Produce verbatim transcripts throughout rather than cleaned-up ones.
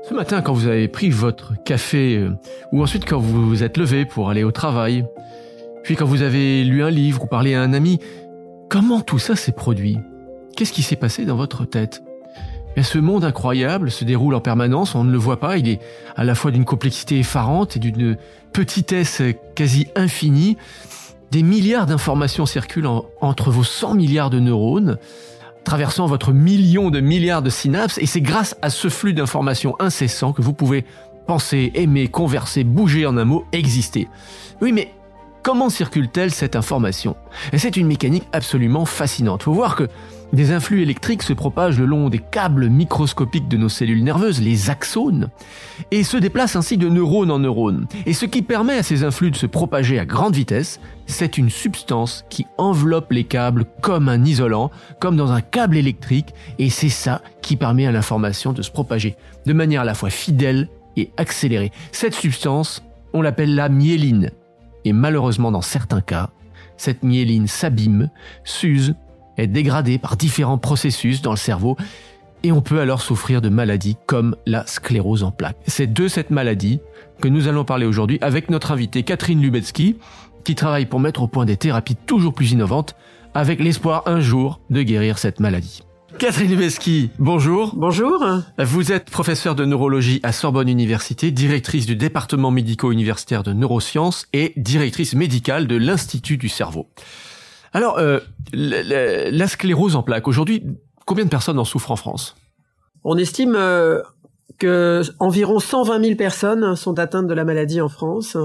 Ce matin, quand vous avez pris votre café, euh, ou ensuite quand vous vous êtes levé pour aller au travail, puis quand vous avez lu un livre ou parlé à un ami, comment tout ça s'est produit ? Qu'est-ce qui s'est passé dans votre tête ? Et ce monde incroyable se déroule en permanence, on ne le voit pas, il est à la fois d'une complexité effarante et d'une petitesse quasi infinie. Des milliards d'informations circulent en, entre vos cent milliards de neurones, traversant votre million de milliards de synapses, et c'est grâce à ce flux d'informations incessant que vous pouvez penser, aimer, converser, bouger, en un mot, exister. Oui, mais comment circule-t-elle cette information ? Et c'est une mécanique absolument fascinante. Il faut voir que des influx électriques se propagent le long des câbles microscopiques de nos cellules nerveuses, les axones, et se déplacent ainsi de neurone en neurone. Et ce qui permet à ces influx de se propager à grande vitesse, c'est une substance qui enveloppe les câbles comme un isolant, comme dans un câble électrique, et c'est ça qui permet à l'information de se propager de manière à la fois fidèle et accélérée. Cette substance, on l'appelle la myéline. Et malheureusement, dans certains cas, cette myéline s'abîme, s'use, est dégradée par différents processus dans le cerveau et on peut alors souffrir de maladies comme la sclérose en plaques. C'est de cette maladie que nous allons parler aujourd'hui avec notre invitée Catherine Lubetsky qui travaille pour mettre au point des thérapies toujours plus innovantes avec l'espoir un jour de guérir cette maladie. Catherine Lubetsky, bonjour. Bonjour. Vous êtes professeure de neurologie à Sorbonne Université, directrice du département médico-universitaire de neurosciences et directrice médicale de l'Institut du cerveau. Alors, euh, la, la, la sclérose en plaques, aujourd'hui, combien de personnes en souffrent en France ? On estime euh, que environ cent vingt mille personnes sont atteintes de la maladie en France.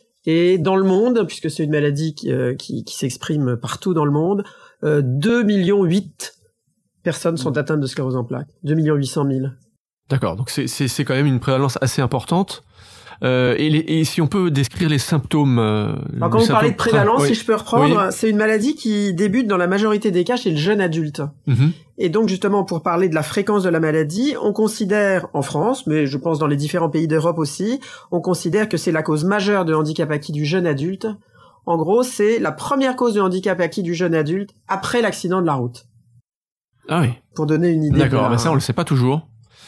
Et dans le monde, puisque c'est une maladie qui, euh, qui, qui s'exprime partout dans le monde, euh, deux virgule huit millions personnes sont atteintes de sclérose en plaques. deux millions huit cent mille. D'accord, donc c'est, c'est, c'est quand même une prévalence assez importante. Euh, et, les, et si on peut décrire les symptômes... Euh, Alors quand vous parlez de prévalence, oui. si je peux reprendre, oui. c'est une maladie qui débute dans la majorité des cas chez le jeune adulte. Mm-hmm. Et donc justement, pour parler de la fréquence de la maladie, on considère, en France, mais je pense dans les différents pays d'Europe aussi, on considère que c'est la cause majeure de handicap acquis du jeune adulte. En gros, c'est la première cause de handicap acquis du jeune adulte après l'accident de la route. Ah oui. Pour donner une idée. D'accord, la... ben ça on le sait pas toujours.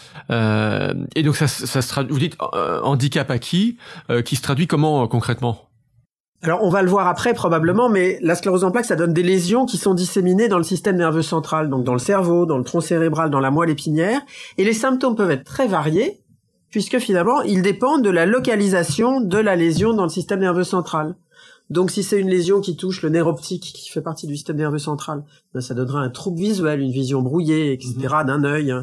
Euh, et donc ça, ça se traduit, vous dites euh, handicap acquis, euh, qui se traduit comment euh, concrètement ? Alors on va le voir après probablement, mais la sclérose en plaques, ça donne des lésions qui sont disséminées dans le système nerveux central, donc dans le cerveau, dans le tronc cérébral, dans la moelle épinière, et les symptômes peuvent être très variés, puisque finalement ils dépendent de la localisation de la lésion dans le système nerveux central. Donc si c'est une lésion qui touche le nerf optique, qui fait partie du système nerveux central, ben, ça donnera un trouble visuel, une vision brouillée, et cetera, mmh. d'un œil.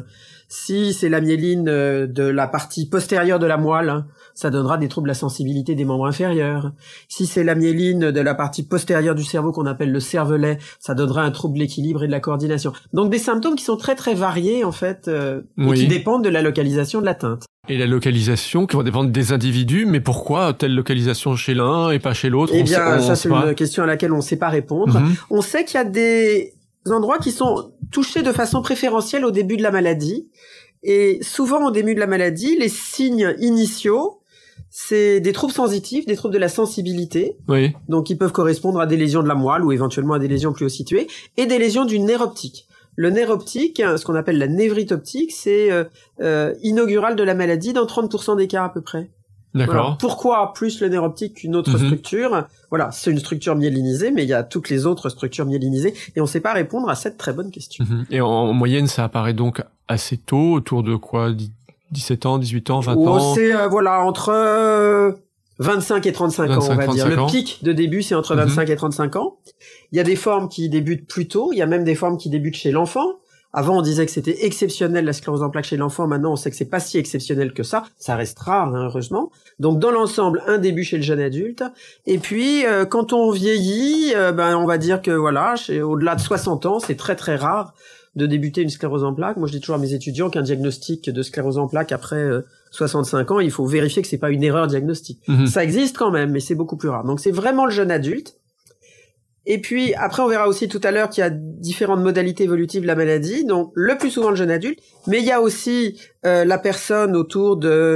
Si c'est la myéline de la partie postérieure de la moelle, ça donnera des troubles de la sensibilité des membres inférieurs. Si c'est la myéline de la partie postérieure du cerveau qu'on appelle le cervelet, ça donnera un trouble de l'équilibre et de la coordination. Donc des symptômes qui sont très très variés en fait, euh, oui. et qui dépendent de la localisation de l'atteinte. Et la localisation qui va dépendre des individus, mais pourquoi telle localisation chez l'un et pas chez l'autre ? Eh on bien, sait, on ça c'est pas. une question à laquelle on ne sait pas répondre. Mm-hmm. On sait qu'il y a des endroits qui sont touchés de façon préférentielle au début de la maladie. Et souvent, au début de la maladie, les signes initiaux, c'est des troubles sensitifs, des troubles de la sensibilité. Oui. Donc, ils peuvent correspondre à des lésions de la moelle ou éventuellement à des lésions plus haut situées, et des lésions du nerf optique. Le nerf optique, ce qu'on appelle la névrite optique, c'est euh, euh, inaugural de la maladie dans trente pour cent des cas à peu près. D'accord. Voilà. Pourquoi plus le nerf optique qu'une autre mm-hmm. structure ? Voilà, c'est une structure myélinisée, mais il y a toutes les autres structures myélinisées, et on ne sait pas répondre à cette très bonne question. Mm-hmm. Et en, en moyenne, ça apparaît donc assez tôt, autour de quoi ? dix-sept ans, dix-huit ans, vingt oh, ans ? C'est, euh, voilà, entre euh, vingt-cinq et trente-cinq ans, on va dire. Le pic de début, c'est entre vingt-cinq mm-hmm. et trente-cinq ans. Il y a des formes qui débutent plus tôt, il y a même des formes qui débutent chez l'enfant. Avant, on disait que c'était exceptionnel, la sclérose en plaques chez l'enfant. Maintenant, on sait que c'est pas si exceptionnel que ça. Ça reste rare, hein, heureusement. Donc, dans l'ensemble, un début chez le jeune adulte. Et puis, euh, quand on vieillit, euh, ben, on va dire que voilà, chez, au-delà de soixante ans, c'est très très rare de débuter une sclérose en plaques. Moi, je dis toujours à mes étudiants qu'un diagnostic de sclérose en plaques après euh, soixante-cinq ans, il faut vérifier que c'est pas une erreur diagnostique. Mmh. Ça existe quand même, mais c'est beaucoup plus rare. Donc, c'est vraiment le jeune adulte. Et puis, après, on verra aussi tout à l'heure qu'il y a différentes modalités évolutives de la maladie. Donc, le plus souvent le jeune adulte, mais il y a aussi euh, la personne autour de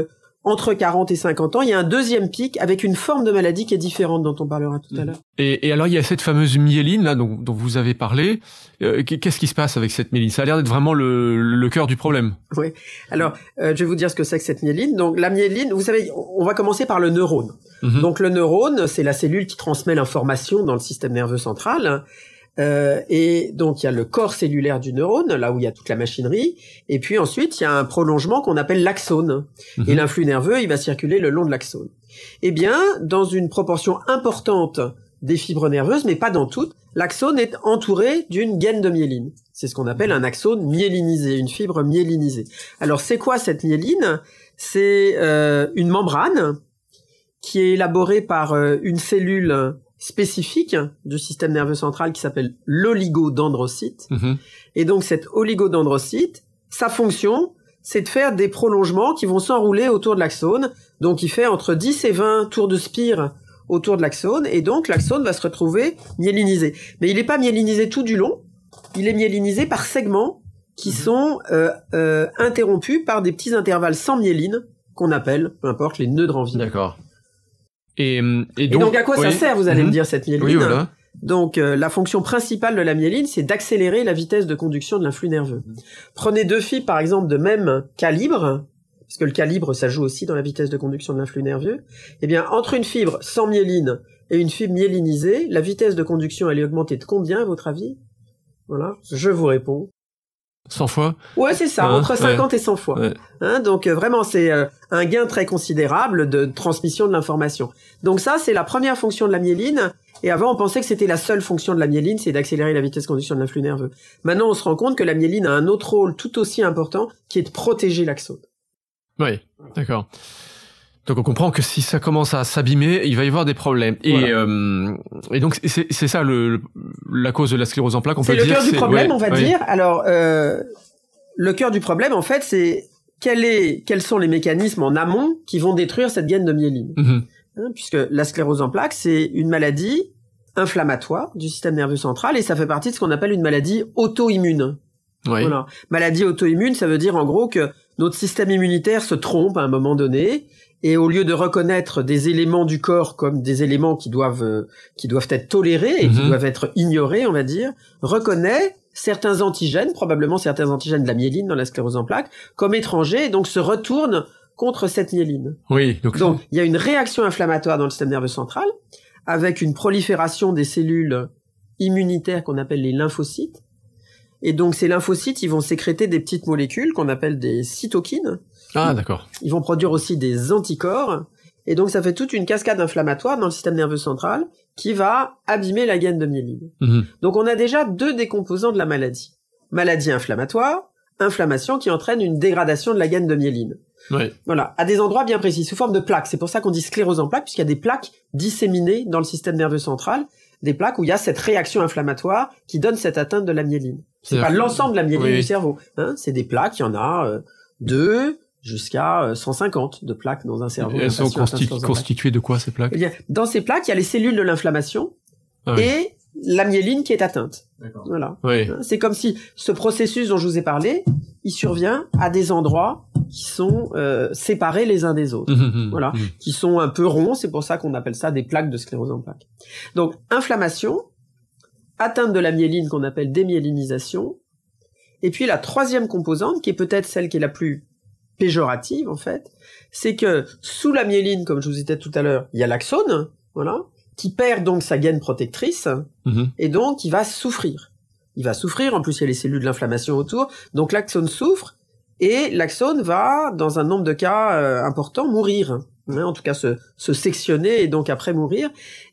entre quarante et cinquante ans, il y a un deuxième pic avec une forme de maladie qui est différente, dont on parlera tout à l'heure. Et, et alors, il y a cette fameuse myéline, là, dont, dont vous avez parlé. Euh, qu'est-ce qui se passe avec cette myéline? Ça a l'air d'être vraiment le, le cœur du problème. Oui. Alors, euh, je vais vous dire ce que c'est que cette myéline. Donc, la myéline, vous savez, on va commencer par le neurone. Mm-hmm. Donc, le neurone, c'est la cellule qui transmet l'information dans le système nerveux central. Euh, et donc il y a le corps cellulaire du neurone, là où il y a toute la machinerie, et puis ensuite il y a un prolongement qu'on appelle l'axone, mmh. et l'influx nerveux il va circuler le long de l'axone. Eh bien, dans une proportion importante des fibres nerveuses, mais pas dans toutes, l'axone est entouré d'une gaine de myéline. C'est ce qu'on appelle un axone myélinisé, une fibre myélinisée. Alors c'est quoi cette myéline? C'est euh, une membrane qui est élaborée par euh, une cellule spécifique du système nerveux central qui s'appelle l'oligodendrocyte. Mmh. Et donc cet oligodendrocyte, sa fonction, c'est de faire des prolongements qui vont s'enrouler autour de l'axone. Donc il fait entre dix et vingt tours de spire autour de l'axone, et donc l'axone va se retrouver myélinisé. Mais il n'est pas myélinisé tout du long, il est myélinisé par segments qui mmh. sont euh, euh, interrompus par des petits intervalles sans myéline, qu'on appelle, peu importe, les nœuds de Ranvier. D'accord. Et, et, donc, et donc à quoi oui. ça sert, vous allez mmh. me dire, cette myéline? Oui, voilà. Donc euh, la fonction principale de la myéline, c'est d'accélérer la vitesse de conduction de l'influx nerveux. Mmh. Prenez deux fibres, par exemple, de même calibre, parce que le calibre, ça joue aussi dans la vitesse de conduction de l'influx nerveux. Eh bien, entre une fibre sans myéline et une fibre myélinisée, la vitesse de conduction, elle est augmentée de combien, à votre avis? Voilà, je vous réponds. cent fois? Ouais, c'est ça, hein, entre cinquante ouais. et cent fois. Ouais. Hein, donc euh, vraiment, c'est euh, un gain très considérable de transmission de l'information. Donc ça, c'est la première fonction de la myéline. Et avant, on pensait que c'était la seule fonction de la myéline, c'est d'accélérer la vitesse de conduction de l'influx nerveux. Maintenant, on se rend compte que la myéline a un autre rôle tout aussi important, qui est de protéger l'axone. Oui, d'accord. Donc on comprend que si ça commence à s'abîmer, il va y avoir des problèmes. Et, voilà. euh, et donc c'est, c'est ça le, la cause de la sclérose en plaques, on c'est peut le dire. Cœur c'est du problème, ouais, on va ouais. dire. Alors euh, le cœur du problème, en fait, c'est quel est, quels sont les mécanismes en amont qui vont détruire cette gaine de myéline. Mm-hmm. Hein, puisque la sclérose en plaques, c'est une maladie inflammatoire du système nerveux central, et ça fait partie de ce qu'on appelle une maladie auto-immune. Ouais. Voilà. Maladie auto-immune, ça veut dire en gros que notre système immunitaire se trompe à un moment donné, et au lieu de reconnaître des éléments du corps comme des éléments qui doivent euh, qui doivent être tolérés et mmh. qui doivent être ignorés, on va dire, reconnaît certains antigènes, probablement certains antigènes de la myéline dans la sclérose en plaques, comme étrangers, et donc se retourne contre cette myéline. Oui. Donc, donc il y a une réaction inflammatoire dans le système nerveux central, avec une prolifération des cellules immunitaires qu'on appelle les lymphocytes. Et donc ces lymphocytes, ils vont sécréter des petites molécules qu'on appelle des cytokines. Ah, d'accord. Ils vont produire aussi des anticorps. Et donc ça fait toute une cascade inflammatoire dans le système nerveux central qui va abîmer la gaine de myéline. Mmh. Donc on a déjà deux des composants de la maladie. Maladie inflammatoire, inflammation qui entraîne une dégradation de la gaine de myéline. Ouais. Voilà, à des endroits bien précis, sous forme de plaques. C'est pour ça qu'on dit sclérose en plaques, puisqu'il y a des plaques disséminées dans le système nerveux central, des plaques où il y a cette réaction inflammatoire qui donne cette atteinte de la myéline. C'est, c'est pas l'ensemble de la myéline oui. du cerveau. Hein, c'est des plaques, il y en a euh, deux jusqu'à euh, cent cinquante de plaques dans un cerveau. Et elles sont constitu- constituées de quoi, ces plaques? Eh bien, dans ces plaques, il y a les cellules de l'inflammation ah, oui. et la myéline qui est atteinte. D'accord. Voilà. Oui. C'est comme si ce processus dont je vous ai parlé, il survient à des endroits qui sont euh, séparés les uns des autres. Mmh, voilà, mmh. qui sont un peu ronds, c'est pour ça qu'on appelle ça des plaques de sclérose en plaques. Donc, inflammation, atteinte de la myéline qu'on appelle démyélinisation, et puis la troisième composante, qui est peut-être celle qui est la plus péjorative en fait, c'est que sous la myéline, comme je vous disais tout à l'heure, il y a l'axone, voilà, qui perd donc sa gaine protectrice, mmh. et donc il va souffrir. Il va souffrir, en plus il y a les cellules de l'inflammation autour, donc l'axone souffre, et l'axone va, dans un nombre de cas euh, importants, mourir. Hein, en tout cas se, se sectionner et donc après mourir.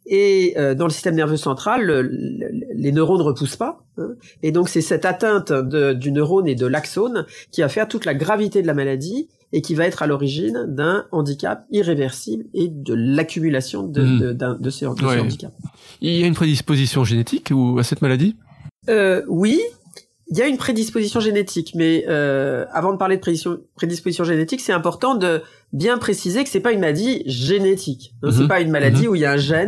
Et euh, dans le système nerveux central, le, le, les neurones ne repoussent pas. Hein, et donc c'est cette atteinte de, du neurone et de l'axone qui va faire toute la gravité de la maladie et qui va être à l'origine d'un handicap irréversible et de l'accumulation de, mmh. de, de, de, ce, de ouais. ce handicap. Il y a une prédisposition génétique ou à cette maladie ? euh, Oui. Il y a une prédisposition génétique, mais euh, avant de parler de prédisposition, prédisposition génétique, c'est important de bien préciser que c'est pas une maladie génétique. Hein, mmh. C'est pas une maladie mmh. où il y a un gène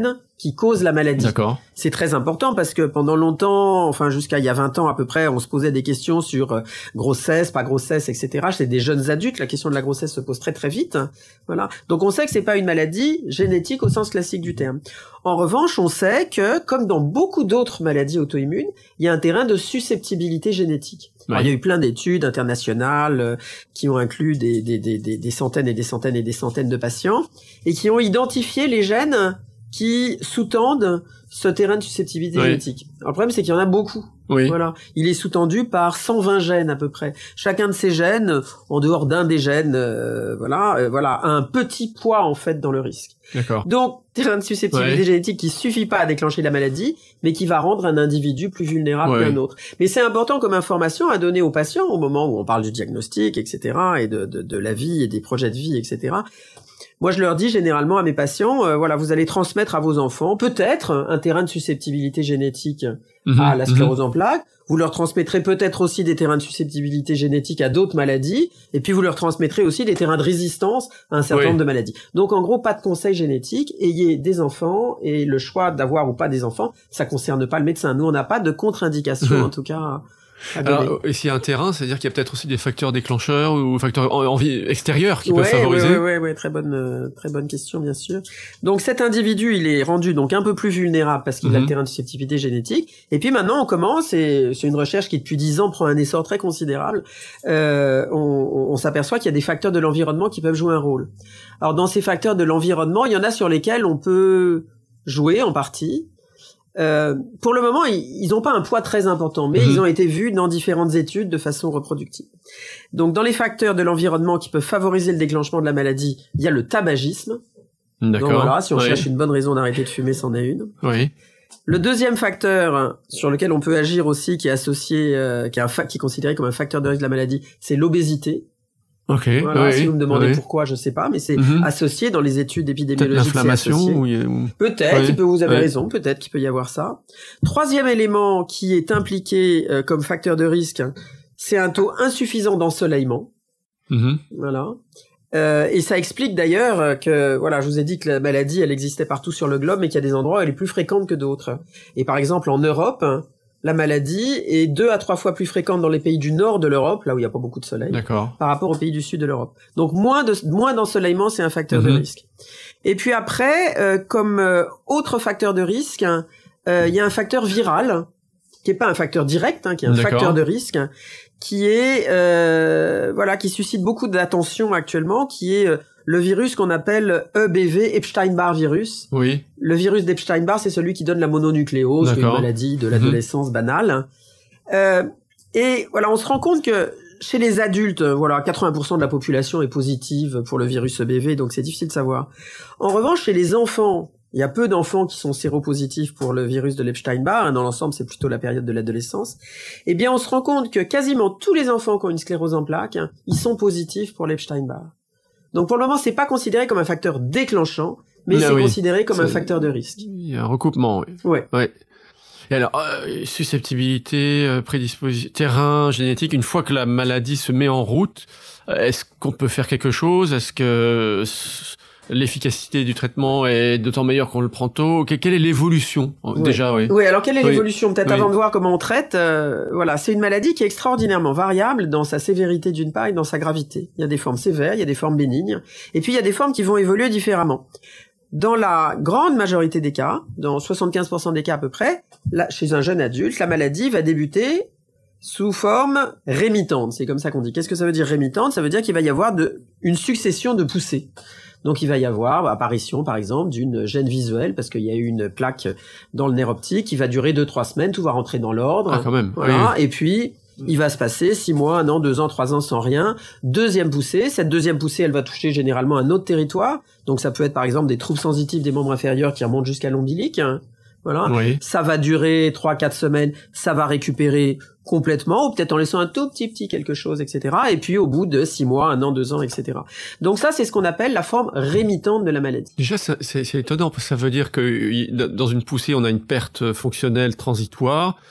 qui cause la maladie. D'accord. C'est très important parce que pendant longtemps, enfin jusqu'à il y a vingt ans à peu près, on se posait des questions sur euh, grossesse, pas grossesse, et cetera. C'est des jeunes adultes, la question de la grossesse se pose très très vite. Voilà. Donc on sait que c'est pas une maladie génétique au sens classique du terme. En revanche, on sait que, comme dans beaucoup d'autres maladies auto-immunes, il y a un terrain de susceptibilité génétique. Oui. Alors, il y a eu plein d'études internationales euh, qui ont inclus des, des, des, des, des centaines et des centaines et des centaines de patients et qui ont identifié les gènes qui sous-tendent ce terrain de susceptibilité oui. génétique. Alors, le problème, c'est qu'il y en a beaucoup. Oui. Voilà. Il est sous-tendu par cent vingt gènes à peu près. Chacun de ces gènes, en dehors d'un des gènes, euh, voilà, euh, voilà, a un petit poids en fait dans le risque. D'accord. Donc, terrain de susceptibilité ouais. génétique qui suffit pas à déclencher la maladie, mais qui va rendre un individu plus vulnérable ouais. qu'un autre. Mais c'est important comme information à donner aux patients au moment où on parle du diagnostic, et cetera, et de, de, de la vie et des projets de vie, et cetera. Moi, je leur dis généralement à mes patients, euh, voilà, vous allez transmettre à vos enfants peut-être un terrain de susceptibilité génétique mmh, à la sclérose mmh. en plaques. Vous leur transmettrez peut-être aussi des terrains de susceptibilité génétique à d'autres maladies. Et puis, vous leur transmettrez aussi des terrains de résistance à un certain oui. nombre de maladies. Donc, en gros, pas de conseil génétique. Ayez des enfants et le choix d'avoir ou pas des enfants, ça concerne pas le médecin. Nous, on n'a pas de contre-indication, mmh. en tout cas. Alors, et s'il y a un terrain, c'est-à-dire qu'il y a peut-être aussi des facteurs déclencheurs ou facteurs en, envie extérieurs qui ouais, peuvent favoriser. Oui, oui, oui, très bonne, euh, très bonne question, bien sûr. Donc, cet individu, il est rendu donc un peu plus vulnérable parce qu'il mm-hmm. a le terrain de susceptibilité génétique. Et puis maintenant, on commence, et c'est une recherche qui depuis dix ans prend un essor très considérable. Euh, on, on s'aperçoit qu'il y a des facteurs de l'environnement qui peuvent jouer un rôle. Alors, dans ces facteurs de l'environnement, il y en a sur lesquels on peut jouer en partie. Euh, pour le moment, ils n'ont pas un poids très important, mais mmh. ils ont été vus dans différentes études de façon reproductive. Donc, dans les facteurs de l'environnement qui peuvent favoriser le déclenchement de la maladie, il y a le tabagisme. D'accord. Donc voilà, si on oui. cherche une bonne raison d'arrêter de fumer, c'en est une. Oui. Le deuxième facteur sur lequel on peut agir aussi, qui est associé, euh, qui est, un fa- qui est considéré comme un facteur de risque de la maladie, c'est l'obésité. Ok. Voilà, oui, si vous me demandez oui. pourquoi, je sais pas, mais c'est mm-hmm. associé dans les études épidémiologiques. Peut-être l'inflammation ou... Peut-être, oui. il peut, vous avez oui. raison, peut-être qu'il peut y avoir ça. Troisième élément qui est impliqué euh, comme facteur de risque, c'est un taux insuffisant d'ensoleillement. Mm-hmm. Voilà. Euh, et ça explique d'ailleurs que, voilà, je vous ai dit que la maladie, elle existait partout sur le globe, mais qu'il y a des endroits où elle est plus fréquente que d'autres. Et par exemple, en Europe, la maladie est deux à trois fois plus fréquente dans les pays du nord de l'Europe, là où il n'y a pas beaucoup de soleil, D'accord. par rapport aux pays du sud de l'Europe. Donc moins de moins d'ensoleillement, c'est un facteur mmh. de risque. Et puis après, euh, comme euh, autre facteur de risque, hein, euh, il y a un facteur viral, qui est pas un facteur direct, hein, qui est un D'accord. facteur de risque, qui est euh, voilà, qui suscite beaucoup d'attention actuellement, qui est euh, le virus qu'on appelle E B V, Epstein-Barr virus. Oui. Le virus d'Epstein-Barr, c'est celui qui donne la mononucléose, qui est une maladie de l'adolescence mmh. banale. Euh, et voilà, on se rend compte que chez les adultes, voilà, quatre-vingts pour cent de la population est positive pour le virus E B V, donc c'est difficile de savoir. En revanche, chez les enfants, il y a peu d'enfants qui sont séropositifs pour le virus de l'Epstein-Barr, hein, dans l'ensemble, c'est plutôt la période de l'adolescence. Eh bien, on se rend compte que quasiment tous les enfants qui ont une sclérose en plaques, hein, ils sont positifs pour l'Epstein-Barr. Donc pour le moment, c'est pas considéré comme un facteur déclenchant, mais ah, c'est oui. considéré comme c'est... un facteur de risque. Il y a un recoupement, oui. Ouais. ouais. Et alors, euh, susceptibilité, euh, prédisposition, terrain génétique, une fois que la maladie se met en route, euh, est-ce qu'on peut faire quelque chose ? Est-ce que euh, l'efficacité du traitement est d'autant meilleure qu'on le prend tôt ? Quelle est l'évolution ? Oui. Déjà, oui. Oui, alors quelle est oui. l'évolution ? Peut-être oui. avant de voir comment on traite, euh, voilà, c'est une maladie qui est extraordinairement variable dans sa sévérité d'une part et dans sa gravité. Il y a des formes sévères, il y a des formes bénignes, et puis il y a des formes qui vont évoluer différemment. Dans la grande majorité des cas, dans soixante-quinze pour cent des cas à peu près, là, chez un jeune adulte, la maladie va débuter sous forme rémitante. C'est comme ça qu'on dit. Qu'est-ce que ça veut dire rémitante ? Ça veut dire qu'il va y avoir de, une succession de poussées. Donc il va y avoir apparition, par exemple, d'une gêne visuelle, parce qu'il y a eu une plaque dans le nerf optique qui va durer deux, trois semaines, tout va rentrer dans l'ordre. Ah, quand même. Voilà. Oui. Et puis, il va se passer six mois, un an, deux ans, trois ans sans rien. Deuxième poussée. Cette deuxième poussée, elle va toucher généralement un autre territoire. Donc ça peut être, par exemple, des troubles sensitifs des membres inférieurs qui remontent jusqu'à l'ombilic. Voilà. Oui. Ça va durer trois, quatre semaines. Ça va récupérer complètement, ou peut-être en laissant un tout petit petit quelque chose, et cetera. Et puis au bout de six mois, un an, deux ans, et cetera. Donc ça, c'est ce qu'on appelle la forme rémitante de la maladie. Déjà, ça, c'est, c'est étonnant, parce que ça veut dire que dans une poussée, on a une perte fonctionnelle transitoire.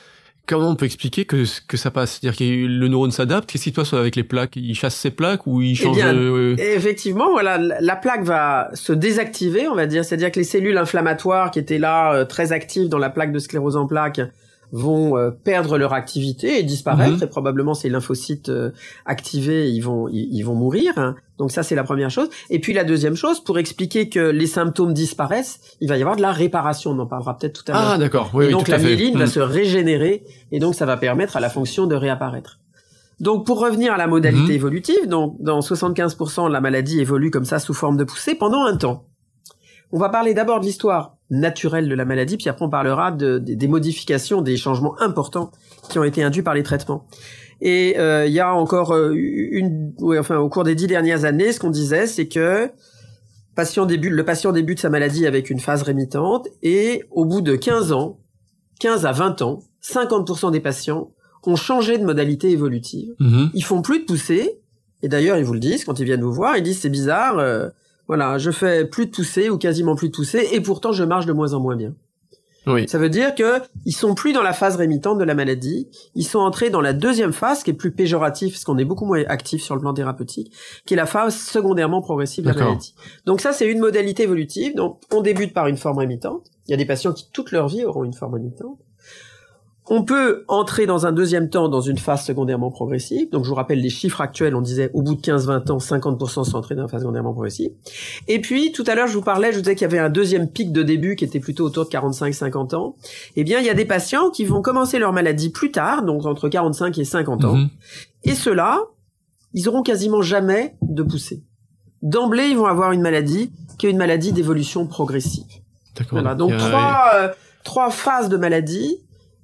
comment on peut expliquer que, que ça passe? C'est-à-dire que le neurone s'adapte? Qu'est-ce qui se passe avec les plaques? Il chasse ses plaques ou il change? Eh bien, euh... effectivement, voilà, la plaque va se désactiver, on va dire. C'est-à-dire que les cellules inflammatoires qui étaient là, euh, très actives dans la plaque de sclérose en plaques, vont euh, perdre leur activité et disparaître, mmh. et probablement ces lymphocytes euh, activés, ils vont ils, ils vont mourir. Hein. Donc ça, c'est la première chose. Et puis la deuxième chose, pour expliquer que les symptômes disparaissent, il va y avoir de la réparation. On en parlera peut-être tout à l'heure. Ah d'accord. Oui, et oui, donc tout la à fait. myéline mmh. va se régénérer et donc ça va permettre à la fonction de réapparaître. Donc pour revenir à la modalité mmh. évolutive, donc dans soixante-quinze pour cent la maladie évolue comme ça sous forme de poussée pendant un temps. On va parler d'abord de l'histoire naturelle de la maladie, puis après on parlera de, de, des modifications, des changements importants qui ont été induits par les traitements. Et euh, il y a encore euh, une, ouais, enfin au cours des dix dernières années, ce qu'on disait, c'est que patient débute, le patient débute sa maladie avec une phase rémitante, et au bout de quinze ans, quinze à vingt ans, cinquante pour cent des patients ont changé de modalité évolutive. Mmh. Ils font plus de poussée, et d'ailleurs ils vous le disent quand ils viennent vous voir, ils disent c'est bizarre. Euh, Voilà, je fais plus de poussée ou quasiment plus de poussée et pourtant je marche de moins en moins bien. Oui. Ça veut dire que ils sont plus dans la phase rémitante de la maladie, ils sont entrés dans la deuxième phase qui est plus péjorative parce qu'on est beaucoup moins actif sur le plan thérapeutique, qui est la phase secondairement progressive de la maladie. Donc ça c'est une modalité évolutive. Donc on débute par une forme rémitante. Il y a des patients qui toute leur vie auront une forme rémitante. On peut entrer dans un deuxième temps dans une phase secondairement progressive. Donc, je vous rappelle les chiffres actuels. On disait, au bout de quinze à vingt ans, cinquante pour cent sont entrés dans la phase secondairement progressive. Et puis, tout à l'heure, je vous parlais, je vous disais qu'il y avait un deuxième pic de début qui était plutôt autour de quarante-cinq à cinquante ans. Eh bien, il y a des patients qui vont commencer leur maladie plus tard, donc entre quarante-cinq et cinquante ans. Mmh. Et ceux-là, ils auront quasiment jamais de poussée. D'emblée, ils vont avoir une maladie qui est une maladie d'évolution progressive. D'accord. Voilà. Donc, euh, trois, euh, trois phases de maladie.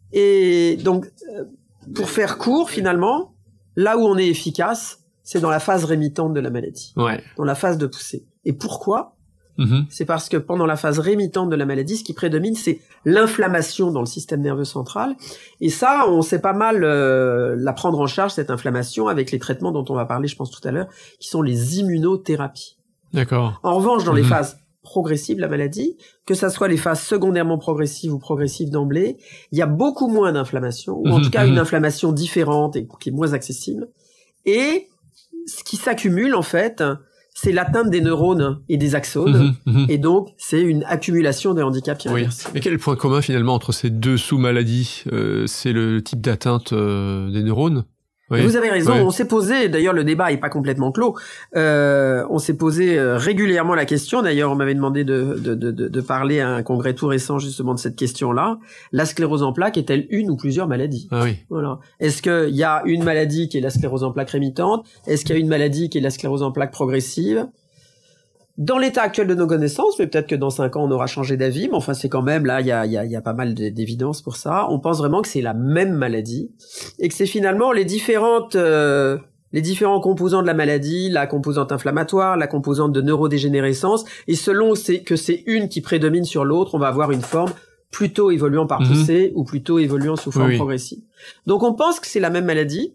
Et donc, pour faire court, finalement, là où on est efficace, c'est dans la phase rémitante de la maladie, ouais. dans la phase de poussée. Et pourquoi ? Mmh. C'est parce que pendant la phase rémitante de la maladie, ce qui prédomine, c'est l'inflammation dans le système nerveux central. Et ça, on sait pas mal euh, la prendre en charge, cette inflammation, avec les traitements dont on va parler, je pense, tout à l'heure, qui sont les immunothérapies. D'accord. En revanche, dans mmh. les phases progressive de la maladie, que ça soit les phases secondairement progressives ou progressives d'emblée, il y a beaucoup moins d'inflammation, ou en mmh, tout cas mmh. une inflammation différente et qui est moins accessible. Et ce qui s'accumule, en fait, c'est l'atteinte des neurones et des axones, mmh, mmh. et donc c'est une accumulation de handicaps irréversibles. Oui. Mais quel est le point commun finalement entre ces deux sous-maladies ? euh, C'est le type d'atteinte euh, des neurones ? Oui. Vous avez raison, oui. on s'est posé, d'ailleurs le débat est pas complètement clos, euh, on s'est posé euh, régulièrement la question, d'ailleurs on m'avait demandé de, de, de, de parler à un congrès tout récent justement de cette question-là, la sclérose en plaques est-elle une ou plusieurs maladies ? Ah oui. Voilà. Est-ce qu'il y a une maladie qui est la sclérose en plaques rémitante ? Est-ce qu'il y a une maladie qui est la sclérose en plaques progressive ? Dans l'état actuel de nos connaissances, mais peut-être que dans cinq ans on aura changé d'avis, mais enfin c'est quand même là, il y a, y, a, y a pas mal d'évidence pour ça. On pense vraiment que c'est la même maladie et que c'est finalement les différentes, euh, les différents composants de la maladie, la composante inflammatoire, la composante de neurodégénérescence, et selon c'est, que c'est une qui prédomine sur l'autre, on va avoir une forme plutôt évoluant par poussée mmh. ou plutôt évoluant sous forme oui, progressive. Donc on pense que c'est la même maladie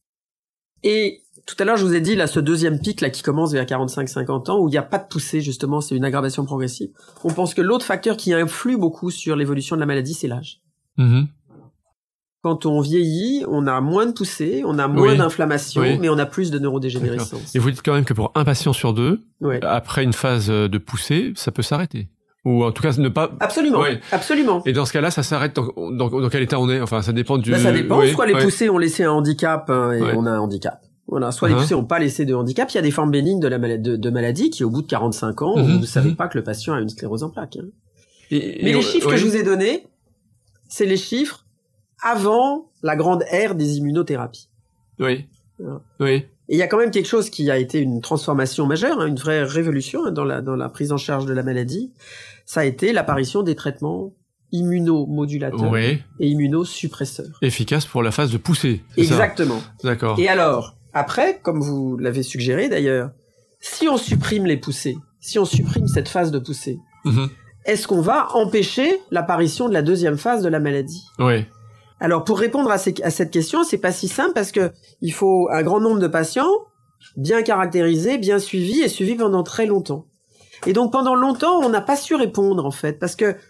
et tout à l'heure, je vous ai dit, là, ce deuxième pic, là, qui commence vers quarante-cinq à cinquante ans, où il n'y a pas de poussée, justement, c'est une aggravation progressive. On pense que l'autre facteur qui influe beaucoup sur l'évolution de la maladie, c'est l'âge. Mmh. Quand on vieillit, on a moins de poussée, on a moins oui. d'inflammation, oui. mais on a plus de neurodégénérescence. D'accord. Et vous dites quand même que pour un patient sur deux, ouais. après une phase de poussée, ça peut s'arrêter. Ou en tout cas, ne pas... Absolument, ouais. absolument. Et dans ce cas-là, ça s'arrête dans, dans, dans quel état on est ? Enfin, ça dépend du... Ben, ça dépend. Oui. Soit les ouais. poussées ont laissé un handicap hein, et ouais. on a un handicap. Voilà, soit uh-huh. les poussées n'ont pas laissé de handicap. Il y a des formes bénignes de la maladie, de, de maladie qui, au bout de quarante-cinq ans, uh-huh. vous ne savez uh-huh. pas que le patient a une sclérose en plaques. Hein. Et, Mais et les on, chiffres ouais. que je vous ai donnés, c'est les chiffres avant la grande ère des immunothérapies. Oui. Voilà. Oui. Et il y a quand même quelque chose qui a été une transformation majeure, hein, une vraie révolution hein, dans la dans la prise en charge de la maladie. Ça a été l'apparition des traitements immunomodulateurs oui. et immunosuppresseurs. Efficaces pour la phase de poussée. Exactement. Ça D'accord. Et alors, après, comme vous l'avez suggéré d'ailleurs, si on supprime les poussées, si on supprime cette phase de poussée, mm-hmm. est-ce qu'on va empêcher l'apparition de la deuxième phase de la maladie ? Oui. Alors, pour répondre à, ces, à cette question, c'est pas si simple parce que il faut un grand nombre de patients bien caractérisés, bien suivis et suivis pendant très longtemps. Et donc, pendant longtemps, on n'a pas su répondre, en fait, parce que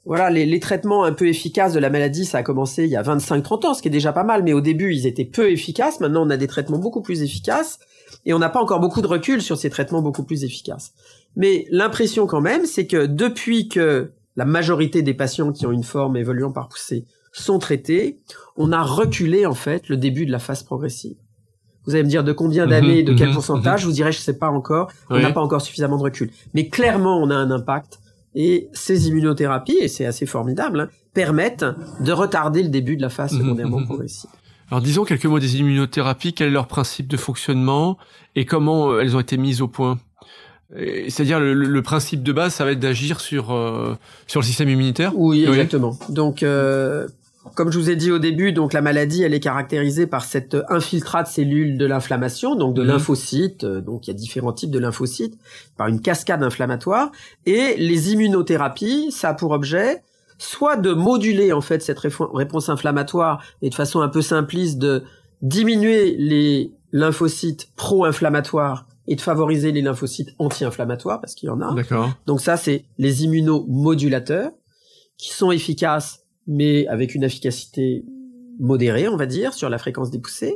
voilà, les, les traitements un peu efficaces de la maladie, ça a commencé il y a vingt-cinq trente ans, ce qui est déjà pas mal, mais au début, ils étaient peu efficaces. Maintenant, on a des traitements beaucoup plus efficaces et on n'a pas encore beaucoup de recul sur ces traitements beaucoup plus efficaces. Mais l'impression quand même, c'est que depuis que la majorité des patients qui ont une forme évoluant par poussée sont traités, on a reculé en fait le début de la phase progressive. Vous allez me dire de combien d'années et de quel pourcentage, je vous dirais je sais pas encore, on n'a pas encore suffisamment de recul. Mais clairement, on a un impact. Et ces immunothérapies, et c'est assez formidable, hein, permettent de retarder le début de la phase secondairement mmh, progressive. Alors disons quelques mots des immunothérapies, quel est leur principe de fonctionnement et comment elles ont été mises au point. C'est-à-dire le, le principe de base, ça va être d'agir sur euh, sur le système immunitaire. Oui, exactement. Oui. Donc, euh, comme je vous ai dit au début, donc la maladie, elle est caractérisée par cet infiltrat de cellules de l'inflammation, donc de mmh. lymphocytes. Donc il y a différents types de lymphocytes, par une cascade inflammatoire. Et les immunothérapies, ça a pour objet soit de moduler en fait cette réponse inflammatoire et de façon un peu simpliste de diminuer les lymphocytes pro-inflammatoires et de favoriser les lymphocytes anti-inflammatoires parce qu'il y en a. D'accord. Donc ça, c'est les immunomodulateurs qui sont efficaces mais avec une efficacité modérée, on va dire, sur la fréquence des poussées.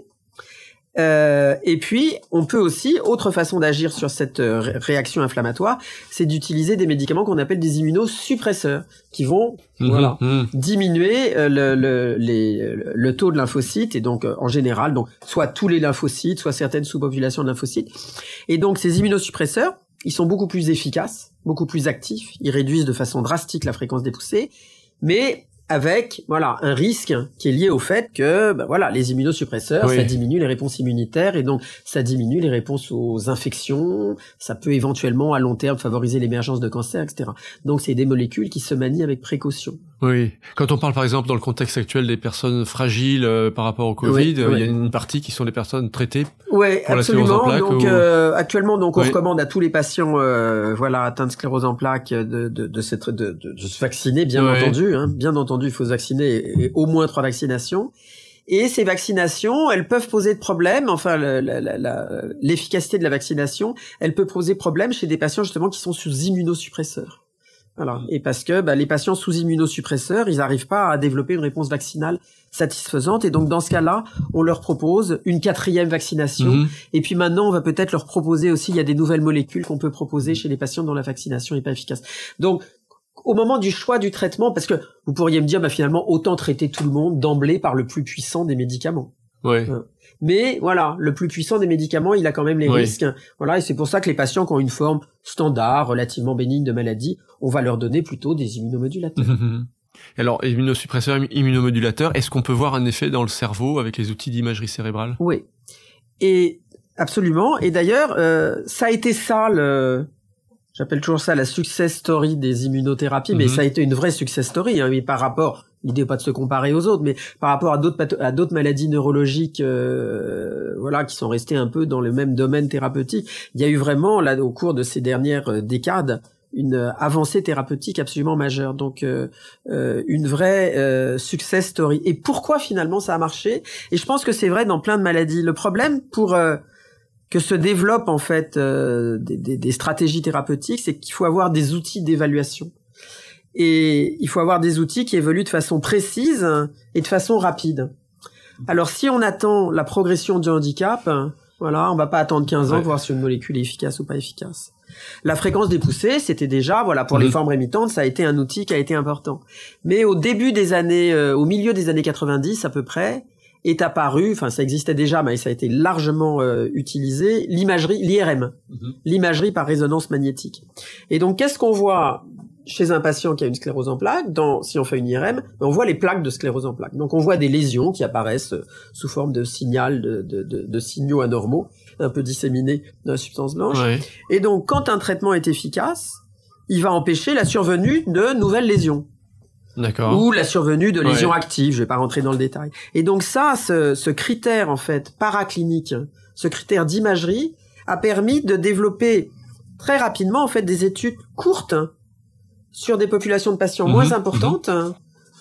Euh, et puis, on peut aussi, autre façon d'agir sur cette euh, réaction inflammatoire, c'est d'utiliser des médicaments qu'on appelle des immunosuppresseurs, qui vont mmh, voilà, mmh. diminuer euh, le, le, les, le taux de lymphocytes, et donc euh, en général, donc soit tous les lymphocytes, soit certaines sous-populations de lymphocytes. Et donc, ces immunosuppresseurs, ils sont beaucoup plus efficaces, beaucoup plus actifs, ils réduisent de façon drastique la fréquence des poussées, mais avec voilà un risque qui est lié au fait que ben voilà les immunosuppresseurs oui. ça diminue les réponses immunitaires et donc ça diminue les réponses aux infections, ça peut éventuellement à long terme favoriser l'émergence de cancer, et cetera. Donc c'est des molécules qui se manient avec précaution. Oui, quand on parle par exemple dans le contexte actuel des personnes fragiles euh, par rapport au Covid, oui, euh, oui. il y a une partie qui sont des personnes traitées. Oui, pour absolument. La sclérose en plaques, donc ou... euh, actuellement donc on oui. recommande à tous les patients euh, voilà atteints de sclérose en plaques de de de, cette, de, de, de se vacciner bien oui. entendu, hein, bien entendu. Il faut se vacciner et, et au moins trois vaccinations. Et ces vaccinations, elles peuvent poser de problèmes. Enfin, la, la, la, l'efficacité de la vaccination, elle peut poser problème chez des patients justement qui sont sous immunosuppresseurs. Voilà. Et parce que bah, les patients sous immunosuppresseurs, ils n'arrivent pas à développer une réponse vaccinale satisfaisante. Et donc dans ce cas-là, on leur propose une quatrième vaccination. Mmh. Et puis maintenant, on va peut-être leur proposer aussi, il y a des nouvelles molécules qu'on peut proposer chez les patients dont la vaccination n'est pas efficace. Donc au moment du choix du traitement, parce que vous pourriez me dire, bah, finalement, autant traiter tout le monde d'emblée par le plus puissant des médicaments. Ouais. Mais voilà, le plus puissant des médicaments, il a quand même les oui. risques. Voilà, et c'est pour ça que les patients qui ont une forme standard, relativement bénigne de maladie, on va leur donner plutôt des immunomodulateurs. Alors, immunosuppresseurs, immunomodulateurs, est-ce qu'on peut voir un effet dans le cerveau avec les outils d'imagerie cérébrale ? Oui. Et absolument. Et d'ailleurs, euh, ça a été ça le... J'appelle toujours ça la success story des immunothérapies, mais mm-hmm. ça a été une vraie success story, hein, mais par rapport, l'idée n'est pas de se comparer aux autres, mais par rapport à d'autres patho- à d'autres maladies neurologiques, euh, voilà, qui sont restées un peu dans le même domaine thérapeutique. Il y a eu vraiment, là, au cours de ces dernières décades, une avancée thérapeutique absolument majeure. Donc, euh, euh, une vraie euh, success story. Et pourquoi finalement ça a marché ? Et je pense que c'est vrai dans plein de maladies. Le problème pour euh, que se développent en fait euh, des, des, des stratégies thérapeutiques, c'est qu'il faut avoir des outils d'évaluation. Et il faut avoir des outils qui évoluent de façon précise et de façon rapide. Alors si on attend la progression du handicap, voilà, on va pas attendre quinze ans ouais. pour voir si une molécule est efficace ou pas efficace. La fréquence des poussées, c'était déjà, voilà, pour mmh. les formes rémitantes, ça a été un outil qui a été important. Mais au début des années, euh, au milieu des années quatre-vingt-dix à peu près, est apparu, enfin ça existait déjà, mais ça a été largement euh, utilisé, l'imagerie, l'I R M, mmh. l'imagerie par résonance magnétique. Et donc qu'est-ce qu'on voit chez un patient qui a une sclérose en plaques, dans, si on fait une I R M, on voit les plaques de sclérose en plaques. Donc on voit des lésions qui apparaissent sous forme de signal, de, de, de, de signaux anormaux, un peu disséminés dans la substance blanche. Ouais. Et donc quand un traitement est efficace, il va empêcher la survenue de nouvelles lésions. D'accord. Ou la survenue de lésions ouais. actives, je vais pas rentrer dans le détail. Et donc ça, ce, ce critère en fait paraclinique, ce critère d'imagerie, a permis de développer très rapidement en fait des études courtes sur des populations de patients mmh, moins importantes, mmh.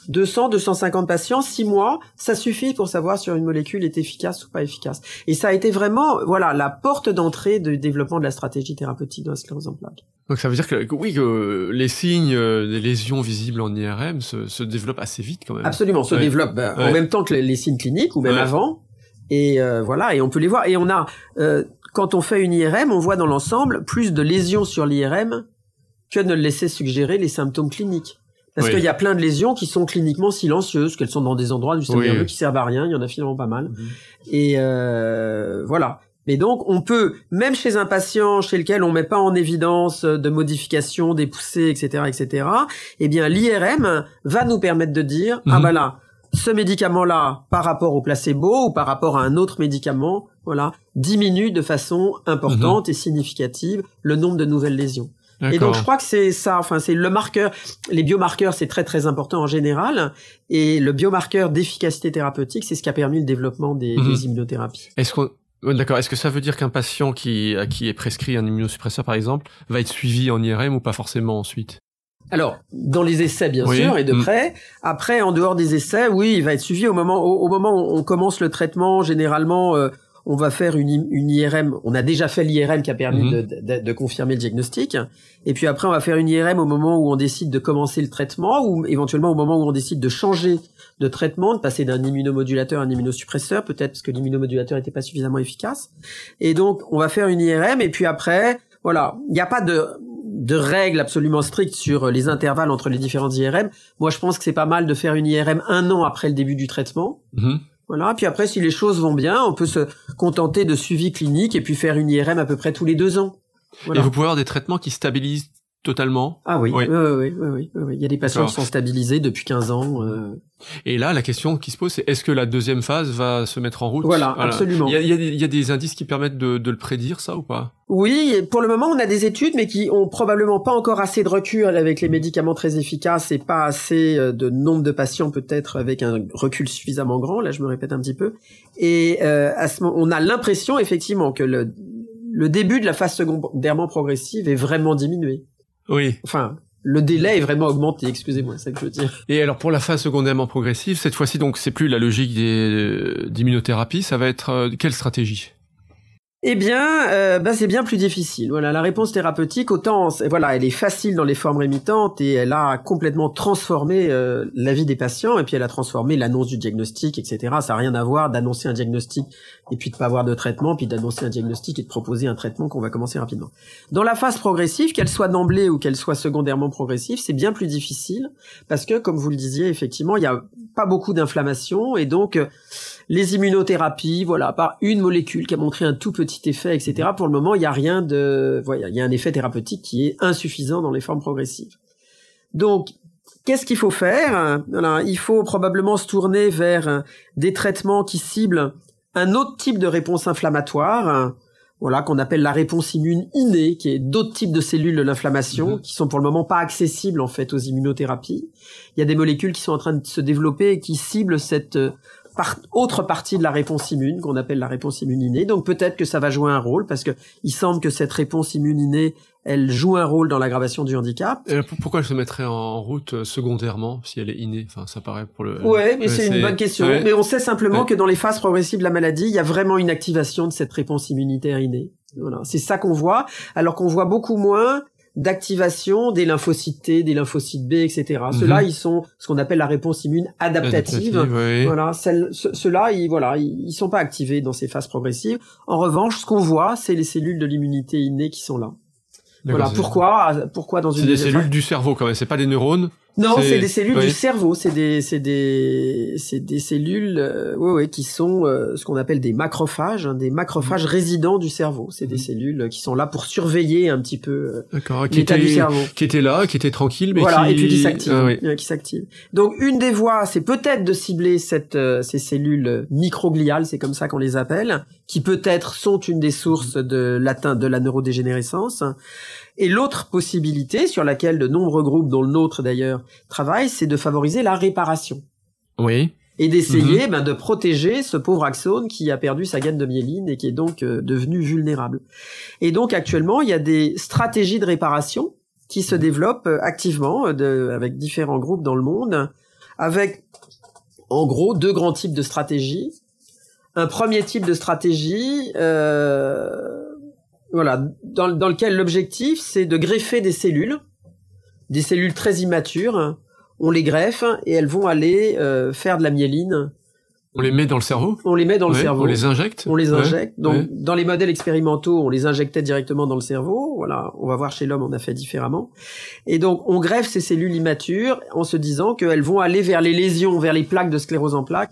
deux cents, deux cent cinquante patients, six mois, ça suffit pour savoir si une molécule est efficace ou pas efficace. Et ça a été vraiment, voilà, la porte d'entrée du développement de la stratégie thérapeutique dans la sclérose en plaques. Donc ça veut dire que, que oui, que les signes euh, des lésions visibles en I R M se, se développent assez vite quand même. Absolument, se ouais. développent ben, ouais. en même temps que les, les signes cliniques ou même ouais. avant. Et euh, voilà, et on peut les voir. Et on a, euh, quand on fait une I R M, on voit dans l'ensemble plus de lésions sur l'I R M que ne le laissaient suggérer les symptômes cliniques. Parce oui. qu'il y a plein de lésions qui sont cliniquement silencieuses, qu'elles sont dans des endroits du système nerveux oui. qui servent à rien, il y en a finalement pas mal. Mmh. Et euh, voilà. Mais donc, on peut, même chez un patient chez lequel on met pas en évidence de modification, des poussées, et cetera, et cetera, eh bien, l'I R M va nous permettre de dire, mmh. ah ben là, ce médicament-là, par rapport au placebo ou par rapport à un autre médicament, voilà, diminue de façon importante mmh. et significative le nombre de nouvelles lésions. D'accord. Et donc je crois que c'est ça, enfin c'est le marqueur, les biomarqueurs c'est très très important en général, et le biomarqueur d'efficacité thérapeutique c'est ce qui a permis le développement des, mmh. des immunothérapies. Est-ce qu'on, d'accord, est-ce que ça veut dire qu'un patient qui à qui est prescrit un immunosuppresseur par exemple va être suivi en I R M ou pas forcément ensuite? Alors, dans les essais, bien oui. sûr, et de mmh. près. Après, en dehors des essais, oui, il va être suivi au moment, au, au moment où on commence le traitement. Généralement, euh, on va faire une, une I R M. On a déjà fait l'I R M qui a permis mmh. de, de, de confirmer le diagnostic. Et puis après, on va faire une I R M au moment où on décide de commencer le traitement, ou éventuellement au moment où on décide de changer de traitement, de passer d'un immunomodulateur à un immunosuppresseur, peut-être parce que l'immunomodulateur n'était pas suffisamment efficace. Et donc, on va faire une I R M. Et puis après, voilà, il n'y a pas de de règles absolument strictes sur les intervalles entre les différentes I R M. Moi, je pense que c'est pas mal de faire une I R M un an après le début du traitement. Mmh. Voilà. Puis après, si les choses vont bien, on peut se contenter de suivi clinique et puis faire une I R M à peu près tous les deux ans. Voilà. Et vous pouvez avoir des traitements qui stabilisent totalement? Ah oui, oui, oui, oui, oui, oui, oui. Il y a des patients D'accord. qui sont stabilisés depuis quinze ans. Euh... Et là, la question qui se pose, c'est est-ce que la deuxième phase va se mettre en route? Voilà, voilà. absolument. Il y a, il y a, il y a des indices qui permettent de, de le prédire, ça, ou pas? Oui, pour le moment, on a des études, mais qui ont probablement pas encore assez de recul avec les médicaments très efficaces et pas assez de nombre de patients peut-être avec un recul suffisamment grand. Là, je me répète un petit peu. Et euh, à ce moment, on a l'impression effectivement que le, le début de la phase secondairement progressive est vraiment diminué. Oui. Enfin, le délai est vraiment augmenté, excusez-moi, c'est ça que je veux dire. Et alors pour la phase secondairement progressive, cette fois-ci donc c'est plus la logique des d'immunothérapie, ça va être euh, quelle stratégie? Eh bien, euh, bah, c'est bien plus difficile. Voilà, la réponse thérapeutique, autant, voilà, elle est facile dans les formes rémitantes et elle a complètement transformé euh, la vie des patients et puis elle a transformé l'annonce du diagnostic, et cetera. Ça n'a rien à voir d'annoncer un diagnostic et puis de pas avoir de traitement, puis d'annoncer un diagnostic et de proposer un traitement qu'on va commencer rapidement. Dans la phase progressive, qu'elle soit d'emblée ou qu'elle soit secondairement progressive, c'est bien plus difficile parce que, comme vous le disiez, effectivement, il y a pas beaucoup d'inflammation et donc euh, les immunothérapies, voilà, par une molécule qui a montré un tout petit effet, et cetera. Pour le moment, il y a rien de, voilà, il y a un effet thérapeutique qui est insuffisant dans les formes progressives. Donc, qu'est-ce qu'il faut faire? Voilà, il faut probablement se tourner vers des traitements qui ciblent un autre type de réponse inflammatoire, voilà, qu'on appelle la réponse immune innée, qui est d'autres types de cellules de l'inflammation, mmh. qui sont pour le moment pas accessibles en fait aux immunothérapies. Il y a des molécules qui sont en train de se développer et qui ciblent cette Par autre partie de la réponse immune qu'on appelle la réponse immune innée. Donc peut-être que ça va jouer un rôle parce que il semble que cette réponse immune innée, elle joue un rôle dans l'aggravation du handicap. Et pourquoi elle se mettrait en route secondairement si elle est innée? Enfin, ça paraît pour le. Ouais, mais c'est, c'est une bonne question. Ouais. Mais on sait simplement ouais. que dans les phases progressives de la maladie, il y a vraiment une activation de cette réponse immunitaire innée. Voilà, c'est ça qu'on voit, alors qu'on voit beaucoup moins d'activation des lymphocytes T, des lymphocytes B, et cetera. Mm-hmm. Ceux-là, ils sont ce qu'on appelle la réponse immune adaptative. adaptative oui. Voilà, celles, ce, ceux-là, ils, voilà, ils, ils sont pas activés dans ces phases progressives. En revanche, ce qu'on voit, c'est les cellules de l'immunité innée qui sont là. D'accord, voilà, pourquoi, pourquoi dans une. C'est des cellules phase... du cerveau quand même. C'est pas des neurones. Non, c'est, c'est des cellules oui. du cerveau, c'est des c'est des c'est des cellules euh, ouais ouais qui sont euh, ce qu'on appelle des macrophages, hein, des macrophages mmh. résidents du cerveau. C'est mmh. des cellules qui sont là pour surveiller un petit peu euh, D'accord, qui l'état était, du cerveau. Qui étaient là, qui étaient tranquilles mais voilà, qui et puis qui s'activent, ah, oui. qui s'activent. Donc une des voies, c'est peut-être de cibler cette euh, ces cellules microgliales, c'est comme ça qu'on les appelle, qui peut-être sont une des sources de l'atteinte de la neurodégénérescence. Et l'autre possibilité, sur laquelle de nombreux groupes, dont le nôtre d'ailleurs, travaillent, c'est de favoriser la réparation. Oui. Et d'essayer mm-hmm. ben, de protéger ce pauvre axone qui a perdu sa gaine de myéline et qui est donc euh, devenu vulnérable. Et donc actuellement, il y a des stratégies de réparation qui se développent euh, activement euh, de, avec différents groupes dans le monde. avec en gros deux grands types de stratégies. Un premier type de stratégie, euh, voilà, dans, dans lequel l'objectif c'est de greffer des cellules, des cellules très immatures. On les greffe et elles vont aller euh, faire de la myéline. On les met dans le cerveau ? On les met dans ouais, le cerveau. On les injecte ? On les injecte. Ouais, Donc, ouais. dans les modèles expérimentaux, on les injectait directement dans le cerveau. Voilà. On va voir chez l'homme, on a fait différemment. Et donc, on greffe ces cellules immatures en se disant qu'elles vont aller vers les lésions, vers les plaques de sclérose en plaques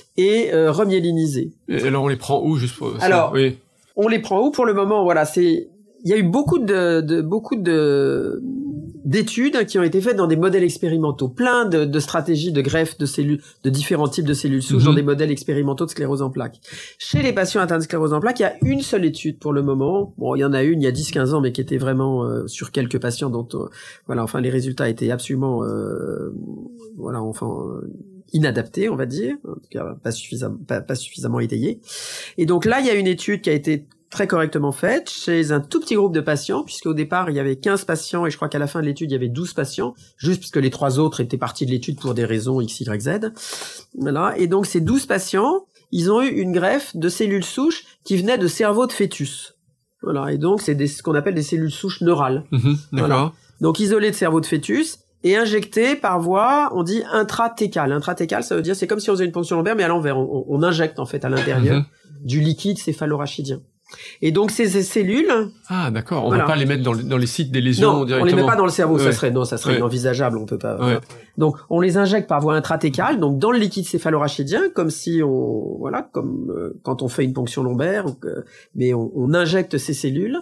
et euh, remyéliniser. Et alors, on les prend où, juste pour... Alors, oui. On les prend où pour le moment? Voilà, c'est, il y a eu beaucoup de, de beaucoup de, d'études qui ont été faites dans des modèles expérimentaux, plein de, de stratégies de greffe de cellules, de différents types de cellules souches mm-hmm. dans des modèles expérimentaux de sclérose en plaques. Chez les patients atteints de sclérose en plaques, il y a une seule étude pour le moment. Bon, il y en a une il y a dix quinze ans, mais qui était vraiment euh, sur quelques patients dont, euh, voilà, enfin, les résultats étaient absolument, euh, voilà, enfin, euh, inadaptés, on va dire, en tout cas, pas suffisamment, pas, pas suffisamment étayés. Et donc là, il y a une étude qui a été très correctement faite chez un tout petit groupe de patients, puisqu'au départ, il y avait quinze patients, et je crois qu'à la fin de l'étude, il y avait douze patients, juste parce que les trois autres étaient partis de l'étude pour des raisons X, Y, Z. Voilà. Et donc, ces douze patients, ils ont eu une greffe de cellules souches qui venaient de cerveau de fœtus. Voilà. Et donc, c'est des, ce qu'on appelle des cellules souches neurales. Mmh, d'accord. Voilà. Donc, isolées de cerveau de fœtus et injectées par voie, on dit intratécale. Intratécale, ça veut dire, c'est comme si on faisait une ponction lombaire, mais à l'envers. On, on injecte, en fait, à l'intérieur mmh. du liquide céphalorachidien. Et donc ces, ces cellules. Ah d'accord, on voilà. ne peut pas les mettre dans, dans les sites des lésions non, directement. On les met pas dans le cerveau, ouais. ça serait non, ça serait ouais. inenvisageable, on peut pas. Ouais. Voilà. Donc on les injecte par voie intratécale, donc dans le liquide céphalorachidien, comme si on voilà, comme euh, quand on fait une ponction lombaire, ou que, mais on, on injecte ces cellules.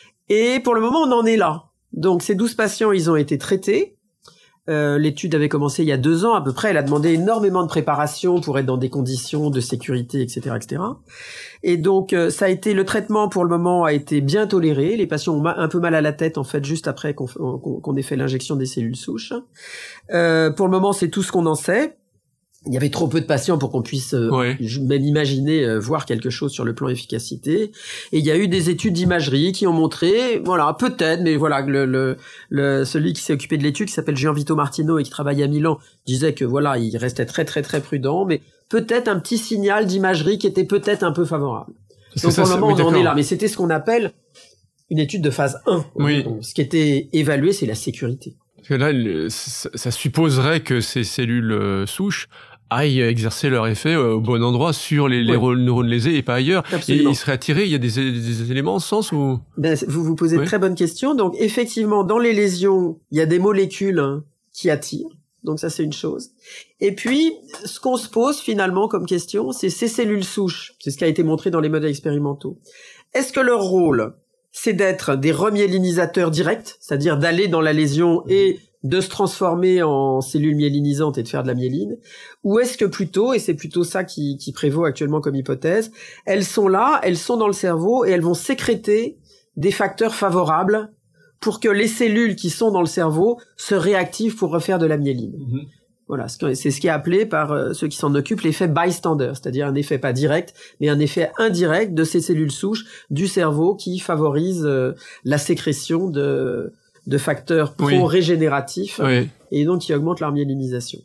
Et pour le moment, on en est là. Donc ces douze patients, ils ont été traités. Euh, l'étude avait commencé il y a deux ans à peu près. Elle a demandé énormément de préparation pour être dans des conditions de sécurité, et cetera, et cetera. Et donc, euh, ça a été le traitement pour le moment a été bien toléré. Les patients ont ma- un peu mal à la tête en fait juste après qu'on, qu'on, qu'on ait fait l'injection des cellules souches. Euh, pour le moment, c'est tout ce qu'on en sait. Il y avait trop peu de patients pour qu'on puisse euh, ouais. même imaginer euh, voir quelque chose sur le plan efficacité. Et il y a eu des études d'imagerie qui ont montré, voilà, peut-être, mais voilà, le, le, le celui qui s'est occupé de l'étude, qui s'appelle Gianvito Martino et qui travaille à Milan, disait que voilà, il restait très très très prudent, mais peut-être un petit signal d'imagerie qui était peut-être un peu favorable. Parce Donc ça, pour le moment, oui, on en est là, mais c'était ce qu'on appelle une étude de phase un. Oui. Donc, ce qui était évalué, c'est la sécurité. Parce que là, ça, ça supposerait que ces cellules euh, souches aillent exercer leur effet euh, au bon endroit sur les, les oui. neurones lésés et pas ailleurs. Absolument. Et ils seraient attirés, il y a des, des éléments en ce sens ou... Ben, vous vous posez oui. de très bonnes questions. Donc effectivement, dans les lésions, il y a des molécules hein, qui attirent. Donc ça, c'est une chose. Et puis, ce qu'on se pose finalement comme question, c'est ces cellules souches. C'est ce qui a été montré dans les modèles expérimentaux. Est-ce que leur rôle, c'est d'être des remyélinisateurs directs, c'est-à-dire d'aller dans la lésion et de se transformer en cellules myélinisantes et de faire de la myéline, ou est-ce que plutôt, et c'est plutôt ça qui, qui prévaut actuellement comme hypothèse, elles sont là, elles sont dans le cerveau et elles vont sécréter des facteurs favorables pour que les cellules qui sont dans le cerveau se réactivent pour refaire de la myéline. Mmh. Voilà, c'est ce qui est appelé par euh, ceux qui s'en occupent l'effet bystander, c'est-à-dire un effet pas direct, mais un effet indirect de ces cellules souches du cerveau qui favorise euh, la sécrétion de de facteurs pro-régénératifs oui. oui. et donc qui augmentent leur myélinisation.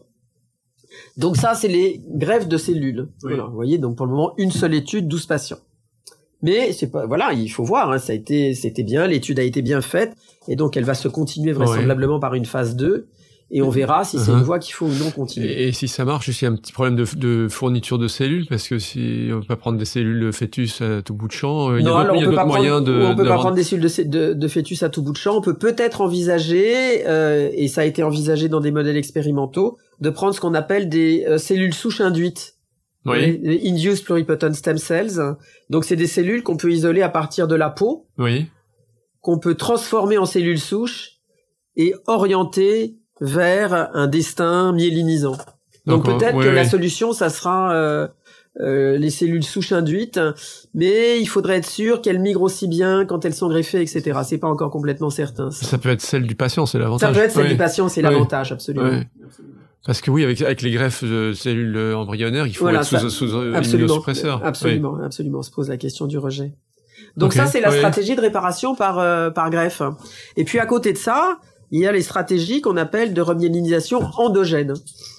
Donc ça, c'est les greffes de cellules. Oui. Voilà, vous voyez, donc pour le moment, une seule étude, douze patients. Mais c'est pas, voilà, il faut voir, hein, ça a été, c'était bien, l'étude a été bien faite, et donc elle va se continuer vraisemblablement oui. par une phase deux, et on verra si uh-huh. c'est une voie qu'il faut ou non continuer. Et, et si ça marche, il y a un petit problème de, de fourniture de cellules, parce que si on peut pas prendre des cellules fœtus à tout bout de champ, il y a d'autres, il y a d'autres moyens de... On peut pas prendre des cellules de, de, de fœtus à tout bout de champ, on peut peut-être envisager, euh, et ça a été envisagé dans des modèles expérimentaux, de prendre ce qu'on appelle des euh, cellules souches induites. Oui. Les induced pluripotent stem cells. Donc c'est des cellules qu'on peut isoler à partir de la peau, oui. qu'on peut transformer en cellules souches et orienter vers un destin myélinisant. Donc, Donc peut-être oui, que oui. la solution, ça sera euh, euh, les cellules souches induites, mais il faudrait être sûr qu'elles migrent aussi bien quand elles sont greffées, et cetera. C'est pas encore complètement certain. Ça, ça peut être celle du patient, c'est l'avantage. Ça peut être celle oui. du patient, c'est oui. l'avantage, absolument. Oui. Parce que oui, avec, avec les greffes de cellules embryonnaires, il faut voilà, être sous, ça, sous immunosuppresseur. Absolument, oui. absolument. On se pose la question du rejet. Donc okay. ça, c'est la oui. stratégie de réparation par euh, par greffe. Et puis à côté de ça, il y a les stratégies qu'on appelle de remyélinisation endogène.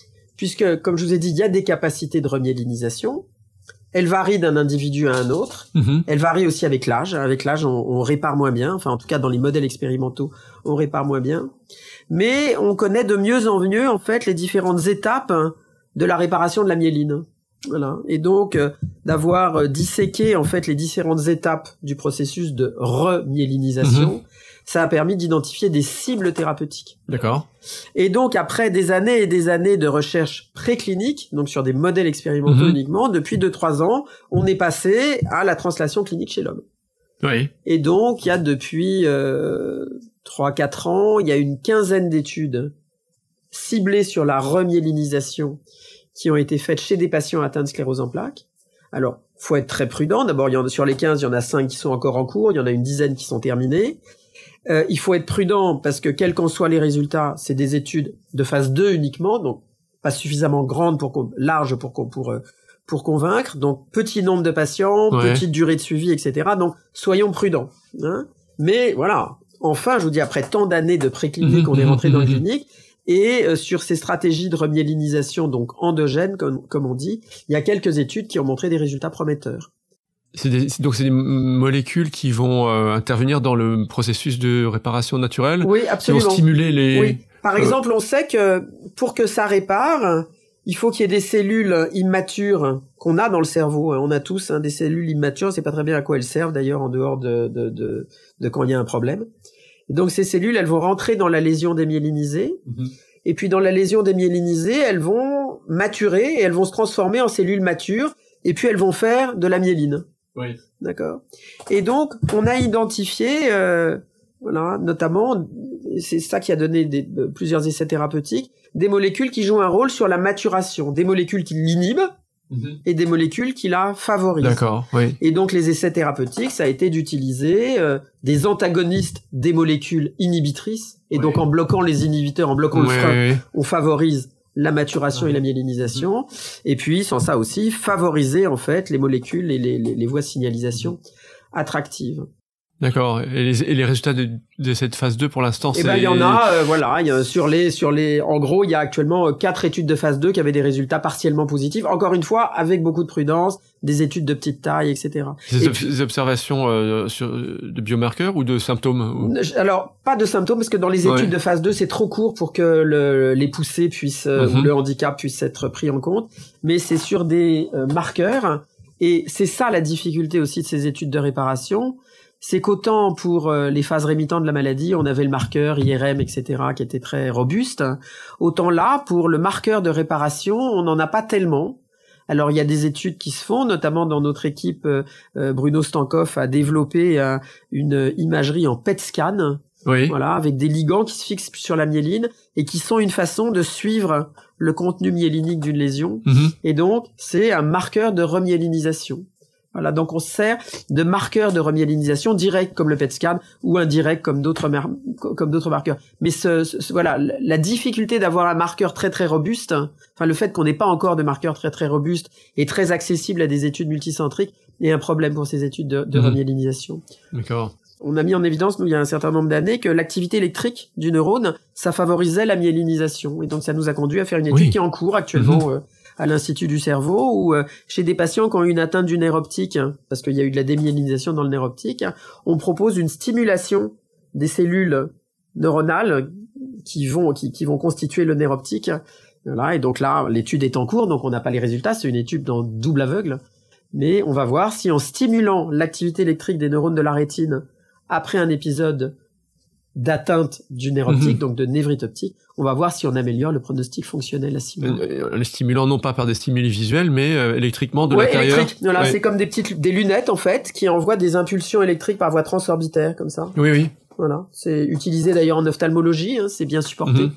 puisque, comme je vous ai dit, il y a des capacités de remyélinisation. Elle varie d'un individu à un autre. Mmh. Elle varie aussi avec l'âge. Avec l'âge, on, on répare moins bien. Enfin, en tout cas, dans les modèles expérimentaux, on répare moins bien. Mais on connaît de mieux en mieux, en fait, les différentes étapes de la réparation de la myéline. Voilà. Et donc, euh, d'avoir euh, disséqué, en fait, les différentes étapes du processus de remyélinisation, mmh. ça a permis d'identifier des cibles thérapeutiques. D'accord. Et donc, après des années et des années de recherche préclinique, donc sur des modèles expérimentaux mmh. uniquement, depuis deux trois ans, on est passé à la translation clinique chez l'homme. Oui. Et donc, il y a depuis euh, trois quatre ans, il y a une quinzaine d'études ciblées sur la remyélinisation qui ont été faites chez des patients atteints de sclérose en plaques. Alors, faut être très prudent. D'abord, il y en a, sur les quinze, il y en a cinq qui sont encore en cours, il y en a une dizaine qui sont terminées. Euh, il faut être prudent parce que, quels qu'en soient les résultats, c'est des études de phase deux uniquement, donc pas suffisamment grandes pour larges pour pour pour convaincre. Donc, petit nombre de patients, ouais. petite durée de suivi, et cetera. Donc, soyons prudents. Hein. Mais voilà, enfin, je vous dis, après tant d'années de préclinique, on est rentré dans le clinique. Et euh, sur ces stratégies de remyélinisation, donc endogènes, comme, comme on dit, il y a quelques études qui ont montré des résultats prometteurs. C'est des, c'est, donc c'est des molécules qui vont euh, intervenir dans le processus de réparation naturelle. Oui, absolument. Qui vont stimuler les... Oui. Par euh... exemple, on sait que pour que ça répare, il faut qu'il y ait des cellules immatures qu'on a dans le cerveau. On a tous hein, des cellules immatures, c'est pas très bien à quoi elles servent d'ailleurs en dehors de, de, de, de quand il y a un problème. Et donc ces cellules, elles vont rentrer dans la lésion démyélinisée, mmh. et puis dans la lésion démyélinisée, elles vont maturer et elles vont se transformer en cellules matures, et puis elles vont faire de la myéline. Oui. D'accord. Et donc on a identifié, euh, voilà, notamment, c'est ça qui a donné des, euh, plusieurs essais thérapeutiques, des molécules qui jouent un rôle sur la maturation, des molécules qui l'inhibent. Mmh. Et des molécules qui la favorisent. D'accord, oui. Et donc les essais thérapeutiques, ça a été d'utiliser euh, des antagonistes des molécules inhibitrices. Et oui. donc en bloquant les inhibiteurs, en bloquant oui, le frein, oui. on favorise la maturation oui. et la myélinisation. Mmh. Et puis sans ça aussi, favoriser en fait les molécules et les, les, les voies de signalisation attractives. D'accord. Et les, et les résultats de, de cette phase deux, pour l'instant, eh c'est... Eh ben, il y en a, euh, voilà, il y a, sur les, sur les, en gros, il y a actuellement quatre études de phase deux qui avaient des résultats partiellement positifs. Encore une fois, avec beaucoup de prudence, des études de petite taille, et cetera. Des, et ob- puis, des observations euh, sur, de biomarqueurs ou de symptômes ou... Alors, pas de symptômes, parce que dans les études ouais. de phase deux, c'est trop court pour que le, les poussées puissent, euh, mm-hmm. ou le handicap puisse être pris en compte. Mais c'est sur des euh, marqueurs. Et c'est ça la difficulté aussi de ces études de réparation. C'est qu'autant pour euh, les phases rémitantes de la maladie, on avait le marqueur I R M, et cetera, qui était très robuste. Autant là, pour le marqueur de réparation, on n'en a pas tellement. Alors, il y a des études qui se font, notamment dans notre équipe, euh, Bruno Stankoff a développé euh, une imagerie en P E T scan, oui. voilà, avec des ligands qui se fixent sur la myéline et qui sont une façon de suivre le contenu myélinique d'une lésion. Mm-hmm. Et donc, c'est un marqueur de remyélinisation. Voilà, donc on sert de marqueur de remyélinisation direct comme le P E T scan ou indirect comme d'autres mar- comme d'autres marqueurs. Mais ce, ce, voilà, la difficulté d'avoir un marqueur très très robuste, enfin le fait qu'on n'ait pas encore de marqueur très très robuste et très accessible à des études multicentriques est un problème pour ces études de, de mmh. remyélinisation. D'accord. On a mis en évidence, nous, il y a un certain nombre d'années, que l'activité électrique du neurone, ça favorisait la myélinisation. Et donc ça nous a conduit à faire une étude oui. qui est en cours actuellement. Mmh. Euh, à l'Institut du cerveau, ou euh, chez des patients qui ont eu une atteinte du nerf optique, hein, parce qu'il y a eu de la démyélinisation dans le nerf optique, hein, on propose une stimulation des cellules neuronales qui vont qui, qui vont constituer le nerf optique. Voilà, et donc là, l'étude est en cours, donc on n'a pas les résultats, c'est une étude dans double aveugle, mais on va voir si en stimulant l'activité électrique des neurones de la rétine après un épisode d'atteinte du nerf optique, mmh. donc de névrite optique, on va voir si on améliore le pronostic fonctionnel à six mois. Euh, les stimulant non pas par des stimuli visuels, mais euh, électriquement de ouais, l'intérieur. Électrique. Voilà, ouais. c'est comme des petites des lunettes en fait qui envoient des impulsions électriques par voie transorbitaire comme ça. Oui, oui. Voilà, c'est utilisé d'ailleurs en ophtalmologie, hein, c'est bien supporté. Mmh.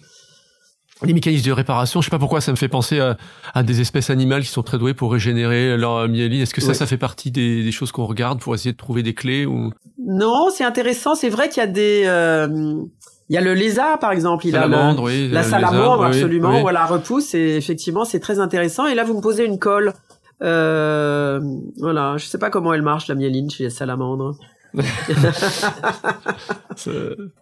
Les mécanismes de réparation, je sais pas pourquoi ça me fait penser à, à des espèces animales qui sont très douées pour régénérer leur myéline. Est-ce que ça, ouais. ça fait partie des, des choses qu'on regarde pour essayer de trouver des clés ou... Non, c'est intéressant. C'est vrai qu'il y a des, euh, il y a le lézard par exemple. Il salamandre, a le, oui, la salamandre, lézard, absolument. Oui, oui. Voilà, repousse. Et effectivement, c'est très intéressant. Et là, vous me posez une colle. Euh, voilà, je sais pas comment elle marche la myéline chez les salamandres.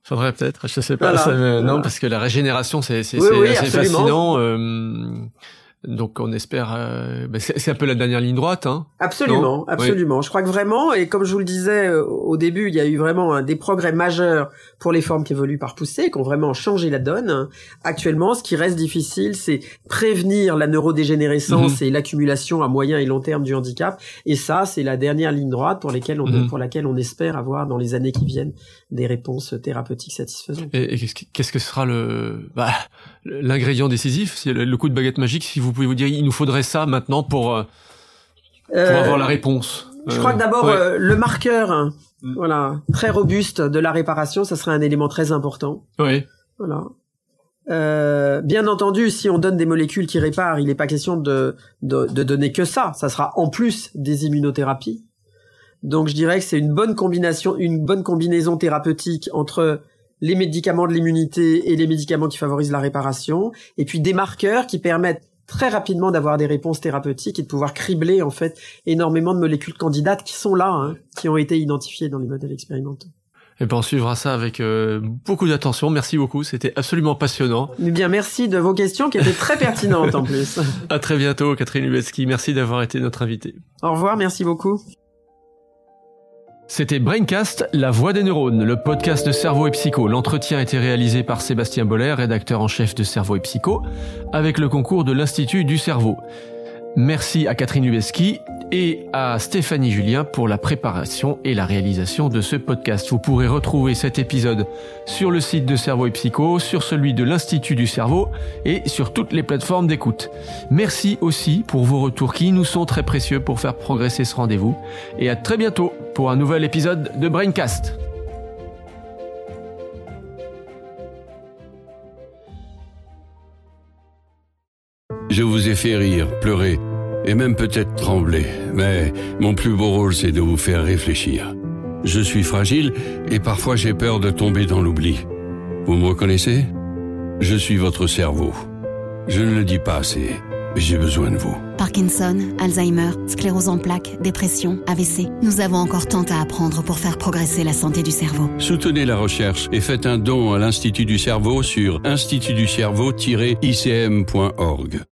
Faudrait peut-être, je sais pas. Voilà. Ça, euh, Voilà. Non, parce que la régénération, c'est, c'est, Oui, c'est oui, assez absolument. fascinant. Euh, donc on espère. Euh, ben c'est, c'est un peu la dernière ligne droite, hein. Absolument, Non absolument. Oui. Je crois que vraiment, et comme je vous le disais euh, au début, il y a eu vraiment hein, des progrès majeurs pour les formes qui évoluent par poussée, qui ont vraiment changé la donne. Actuellement, ce qui reste difficile, c'est prévenir la neurodégénérescence mm-hmm. et l'accumulation à moyen et long terme du handicap. Et ça, c'est la dernière ligne droite pour, lesquelles on, mm-hmm. pour laquelle on espère avoir dans les années qui viennent des réponses thérapeutiques satisfaisantes. Et, et qu'est-ce, que, qu'est-ce que sera le, bah, l'ingrédient décisif, c'est le, le coup de baguette magique, si vous pouvez vous dire, il nous faudrait ça maintenant pour, euh, pour euh, avoir la réponse. Je euh, crois que d'abord, ouais. euh, le marqueur, hein, mm. voilà, très robuste de la réparation, ça serait un élément très important. Oui. Voilà. Euh, bien entendu, si on donne des molécules qui réparent, il n'est pas question de, de, de donner que ça. Ça sera en plus des immunothérapies. Donc, je dirais que c'est une bonne combinaison, une bonne combinaison thérapeutique entre les médicaments de l'immunité et les médicaments qui favorisent la réparation, et puis des marqueurs qui permettent très rapidement d'avoir des réponses thérapeutiques et de pouvoir cribler en fait énormément de molécules candidates qui sont là, hein, qui ont été identifiées dans les modèles expérimentaux. Et ben on suivra ça avec euh, beaucoup d'attention. Merci beaucoup, c'était absolument passionnant. Eh bien, merci de vos questions qui étaient très pertinentes en plus. À très bientôt, Catherine Lubetsky. Merci d'avoir été notre invitée. Au revoir, merci beaucoup. C'était Braincast, la voix des neurones, le podcast de Cerveau et Psycho. L'entretien a été réalisé par Sébastien Boller, rédacteur en chef de Cerveau et Psycho, avec le concours de l'Institut du Cerveau. Merci à Catherine Lubetsky et à Stéphanie Julien pour la préparation et la réalisation de ce podcast. Vous pourrez retrouver cet épisode sur le site de Cerveau et Psycho, sur celui de l'Institut du Cerveau et sur toutes les plateformes d'écoute. Merci aussi pour vos retours qui nous sont très précieux pour faire progresser ce rendez-vous. Et à très bientôt pour un nouvel épisode de Braincast. Je vous ai fait rire, pleurer, et même peut-être trembler. Mais mon plus beau rôle, c'est de vous faire réfléchir. Je suis fragile, et parfois j'ai peur de tomber dans l'oubli. Vous me reconnaissez ? Je suis votre cerveau. Je ne le dis pas assez, mais j'ai besoin de vous. Parkinson, Alzheimer, sclérose en plaques, dépression, A V C. Nous avons encore tant à apprendre pour faire progresser la santé du cerveau. Soutenez la recherche et faites un don à l'Institut du Cerveau sur institut du cerveau tiret I C M point org.